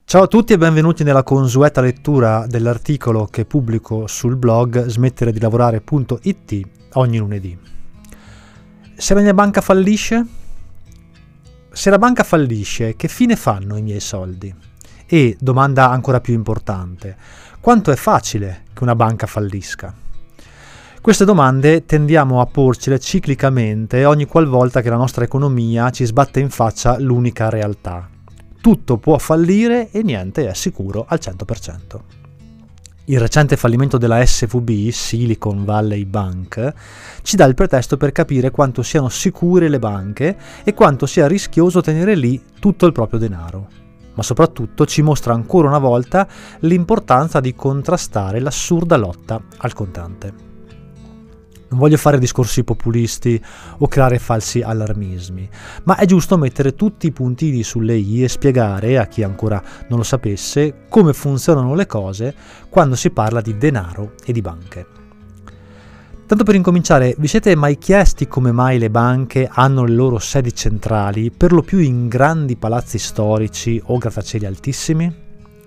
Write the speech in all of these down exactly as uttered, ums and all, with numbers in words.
Ciao a tutti e benvenuti nella consueta lettura dell'articolo che pubblico sul blog smettere di lavorare punto it ogni lunedì. Se la mia banca fallisce? Se la banca fallisce, che fine fanno i miei soldi? E, domanda ancora più importante, quanto è facile che una banca fallisca? Queste domande tendiamo a porcele ciclicamente ogni qualvolta che la nostra economia ci sbatte in faccia l'unica realtà. Tutto può fallire e niente è sicuro al cento per cento. Il recente fallimento della S V B, Silicon Valley Bank, ci dà il pretesto per capire quanto siano sicure le banche e quanto sia rischioso tenere lì tutto il proprio denaro. Ma soprattutto ci mostra ancora una volta l'importanza di contrastare l'assurda lotta al contante. Non voglio fare discorsi populisti o creare falsi allarmismi, ma è giusto mettere tutti i puntini sulle i e spiegare, a chi ancora non lo sapesse, come funzionano le cose quando si parla di denaro e di banche. Tanto per incominciare, vi siete mai chiesti come mai le banche hanno le loro sedi centrali, per lo più in grandi palazzi storici o grattacieli altissimi?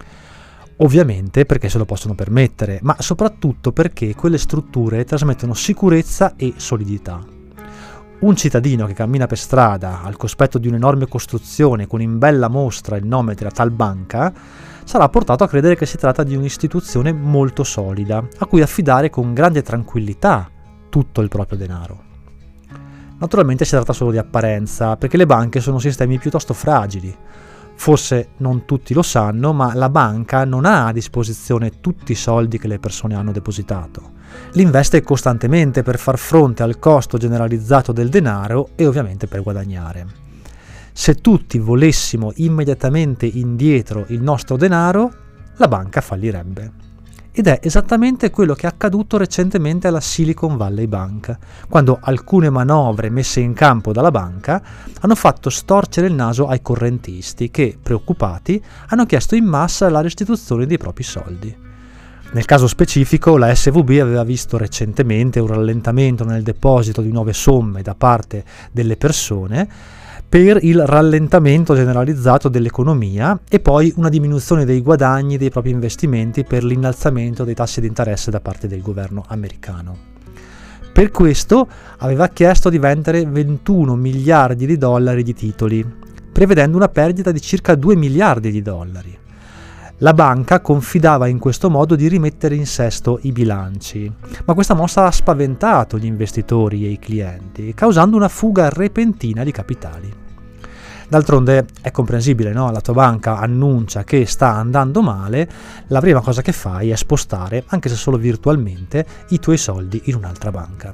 Ovviamente perché se lo possono permettere, ma soprattutto perché quelle strutture trasmettono sicurezza e solidità. Un cittadino che cammina per strada al cospetto di un'enorme costruzione con in bella mostra il nome della tal banca sarà portato a credere che si tratta di un'istituzione molto solida, a cui affidare con grande tranquillità tutto il proprio denaro. Naturalmente si tratta solo di apparenza, perché le banche sono sistemi piuttosto fragili. Forse non tutti lo sanno, ma la banca non ha a disposizione tutti i soldi che le persone hanno depositato. Li investe costantemente per far fronte al costo generalizzato del denaro e ovviamente per guadagnare. Se tutti volessimo immediatamente indietro il nostro denaro, la banca fallirebbe. Ed è esattamente quello che è accaduto recentemente alla Silicon Valley Bank, quando alcune manovre messe in campo dalla banca hanno fatto storcere il naso ai correntisti che, preoccupati, hanno chiesto in massa la restituzione dei propri soldi. Nel caso specifico, la S V B aveva visto recentemente un rallentamento nel deposito di nuove somme da parte delle persone per il rallentamento generalizzato dell'economia e poi una diminuzione dei guadagni dei propri investimenti per l'innalzamento dei tassi di interesse da parte del governo americano. Per questo aveva chiesto di vendere ventuno miliardi di dollari di titoli, prevedendo una perdita di circa due miliardi di dollari. La banca confidava in questo modo di rimettere in sesto i bilanci, ma questa mossa ha spaventato gli investitori e i clienti, causando una fuga repentina di capitali. D'altronde è comprensibile, no? La tua banca annuncia che sta andando male, la prima cosa che fai è spostare, anche se solo virtualmente, i tuoi soldi in un'altra banca.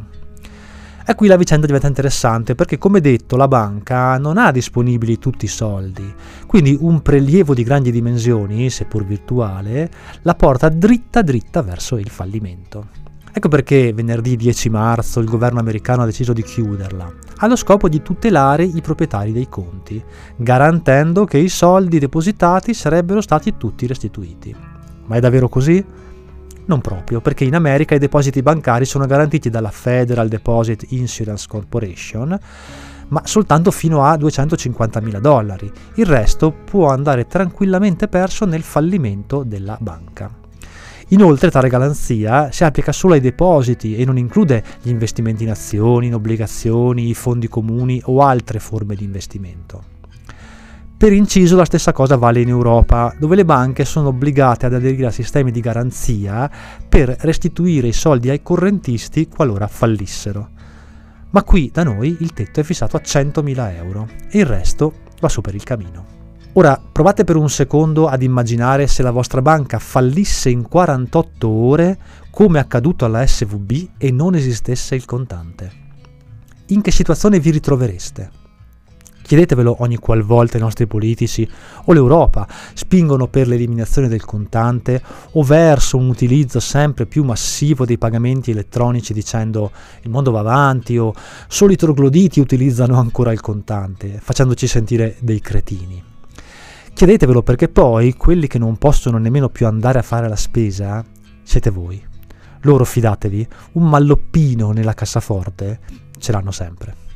E qui la vicenda diventa interessante perché, come detto, la banca non ha disponibili tutti i soldi, quindi un prelievo di grandi dimensioni, seppur virtuale, la porta dritta dritta verso il fallimento. Ecco perché venerdì dieci marzo il governo americano ha deciso di chiuderla, allo scopo di tutelare i proprietari dei conti, garantendo che i soldi depositati sarebbero stati tutti restituiti. Ma è davvero così? Non proprio, perché in America i depositi bancari sono garantiti dalla Federal Deposit Insurance Corporation, ma soltanto fino a duecentocinquantamila dollari. Il resto può andare tranquillamente perso nel fallimento della banca. Inoltre tale garanzia si applica solo ai depositi e non include gli investimenti in azioni, in obbligazioni, i fondi comuni o altre forme di investimento. Per inciso la stessa cosa vale in Europa, dove le banche sono obbligate ad aderire a sistemi di garanzia per restituire i soldi ai correntisti qualora fallissero. Ma qui da noi il tetto è fissato a centomila euro e il resto va su per il camino. Ora provate per un secondo ad immaginare se la vostra banca fallisse in quarantotto ore, come è accaduto alla S V B, e non esistesse il contante. In che situazione vi ritrovereste? Chiedetevelo ogni qualvolta i nostri politici o l'Europa spingono per l'eliminazione del contante o verso un utilizzo sempre più massivo dei pagamenti elettronici dicendo il mondo va avanti o solo i trogloditi utilizzano ancora il contante, facendoci sentire dei cretini. Chiedetevelo perché poi quelli che non possono nemmeno più andare a fare la spesa siete voi. Loro, fidatevi, un malloppino nella cassaforte ce l'hanno sempre.